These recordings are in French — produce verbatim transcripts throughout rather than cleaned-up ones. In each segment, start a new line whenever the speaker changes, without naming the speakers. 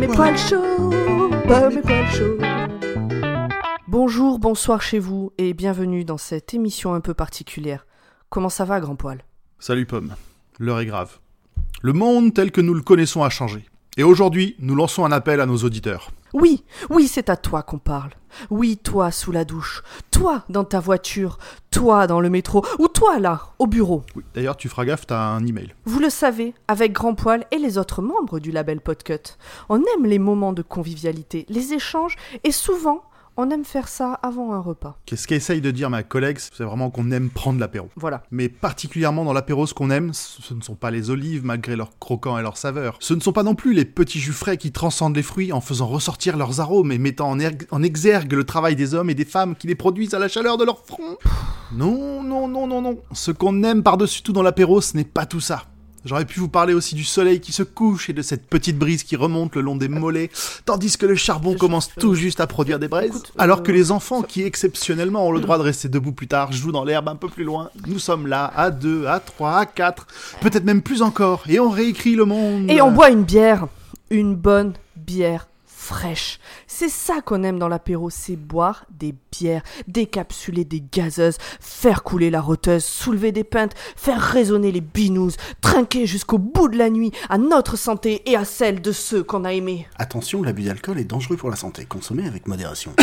mes poils chauds, Paul mes poils chauds. Bonjour, bonsoir chez vous et bienvenue dans cette émission un peu particulière. Comment ça va, grand poil ?
Salut Pomme, l'heure est grave. Le monde tel que nous le connaissons a changé. Et aujourd'hui, nous lançons un appel à nos auditeurs.
Oui, oui, c'est à toi qu'on parle. Oui, toi sous la douche, toi dans ta voiture, toi dans le métro, ou toi là, au bureau.
Oui, d'ailleurs, tu feras gaffe, t'as un email.
Vous le savez, avec Grand Poil et les autres membres du label Podcut, on aime les moments de convivialité, les échanges, et souvent, on aime faire ça avant un repas.
Qu'est-ce qu'essaye de dire ma collègue, c'est vraiment qu'on aime prendre l'apéro.
Voilà.
Mais particulièrement dans l'apéro, ce qu'on aime, ce ne sont pas les olives malgré leur croquant et leur saveur. Ce ne sont pas non plus les petits jus frais qui transcendent les fruits en faisant ressortir leurs arômes et mettant en, er- en exergue le travail des hommes et des femmes qui les produisent à la chaleur de leur front. Non, non, non, non, non. Ce qu'on aime par-dessus tout dans l'apéro, ce n'est pas tout ça. J'aurais pu vous parler aussi du soleil qui se couche et de cette petite brise qui remonte le long des mollets, tandis que le charbon
Je
commence
fais-
tout juste à produire des braises.
Écoute,
Alors
euh,
que les enfants
ça-
qui exceptionnellement ont le droit de rester debout plus tard jouent dans l'herbe un peu plus loin. Nous sommes là, à deux, à trois, à quatre, peut-être même plus encore, et on réécrit le monde.
Et on boit une bière, une bonne bière fraîche. C'est ça qu'on aime dans l'apéro, c'est boire des bières, décapsuler des gazeuses, faire couler la roteuse, soulever des pintes, faire résonner les binous, trinquer jusqu'au bout de la nuit à notre santé et à celle de ceux qu'on a aimés.
Attention, l'abus d'alcool est dangereux pour la santé. Consommez avec modération.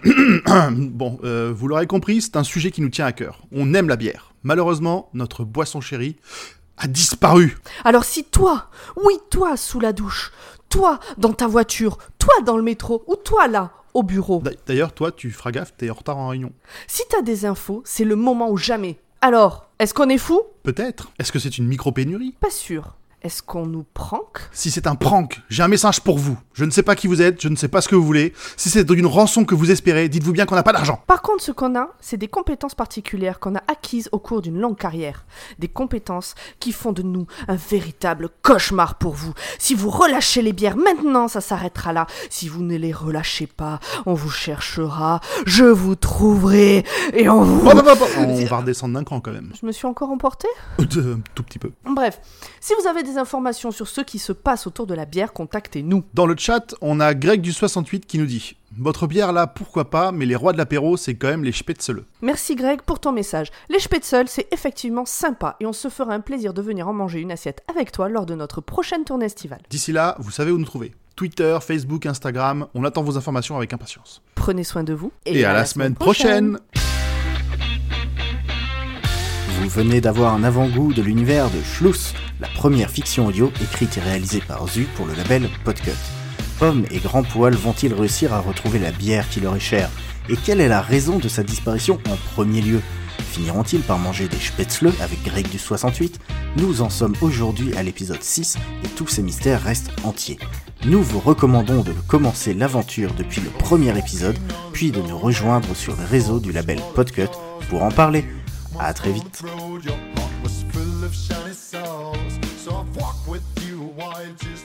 Bon, euh, vous l'aurez compris, c'est un sujet qui nous tient à cœur. On aime la bière. Malheureusement, notre boisson chérie a disparu.
Alors si toi, oui toi sous la douche, toi dans ta voiture, toi dans le métro ou toi là, au bureau,
D'a- D'ailleurs, toi, tu feras gaffe, t'es en retard en réunion.
si t'as des infos, c'est le moment ou jamais. Alors, est-ce qu'on est fou ?
Peut-être. Est-ce que c'est une micro-pénurie ?
Pas sûr. Est-ce qu'on nous prank ?
Si c'est un prank, j'ai un message pour vous. Je ne sais pas qui vous êtes, je ne sais pas ce que vous voulez. Si c'est une rançon que vous espérez, dites-vous bien qu'on n'a pas d'argent.
Par contre, ce qu'on a, c'est des compétences particulières qu'on a acquises au cours d'une longue carrière. Des compétences qui font de nous un véritable cauchemar pour vous. Si vous relâchez les bières maintenant, ça s'arrêtera là. Si vous ne les relâchez pas, on vous cherchera, je vous trouverai, et on vous...
Hop, hop, hop, hop. On va redescendre d'un cran quand même.
Je me suis encore emporté ?
Euh, tout petit peu.
Bref, si vous avez des informations sur ce qui se passe autour de la bière, contactez-nous.
Dans le chat, on a Greg du soixante-huit qui nous dit « Votre bière là, pourquoi pas, mais les rois de l'apéro, c'est quand même les spätzle.
Merci Greg pour ton message. Les spätzle, c'est effectivement sympa et on se fera un plaisir de venir en manger une assiette avec toi lors de notre prochaine tournée estivale.
D'ici là, vous savez où nous trouver. Twitter, Facebook, Instagram, on attend vos informations avec impatience.
Prenez soin de vous
Et, à, la semaine prochaine.
Vous venez d'avoir un avant-goût de l'univers de Schluss, la première fiction audio écrite et réalisée par Zu pour le label Podcut. Pomme et Grand Poil vont-ils réussir à retrouver la bière qui leur est chère ? Et quelle est la raison de sa disparition en premier lieu ? Finiront-ils par manger des spätzle avec Greg du soixante-huit ? Nous en sommes aujourd'hui à l'épisode six et tous ces mystères restent entiers. Nous vous recommandons de commencer l'aventure depuis le premier épisode, puis de nous rejoindre sur le réseau du label Podcut pour en parler. À très vite.
Road, your heart was full of shiny souls. So I've walked with you while just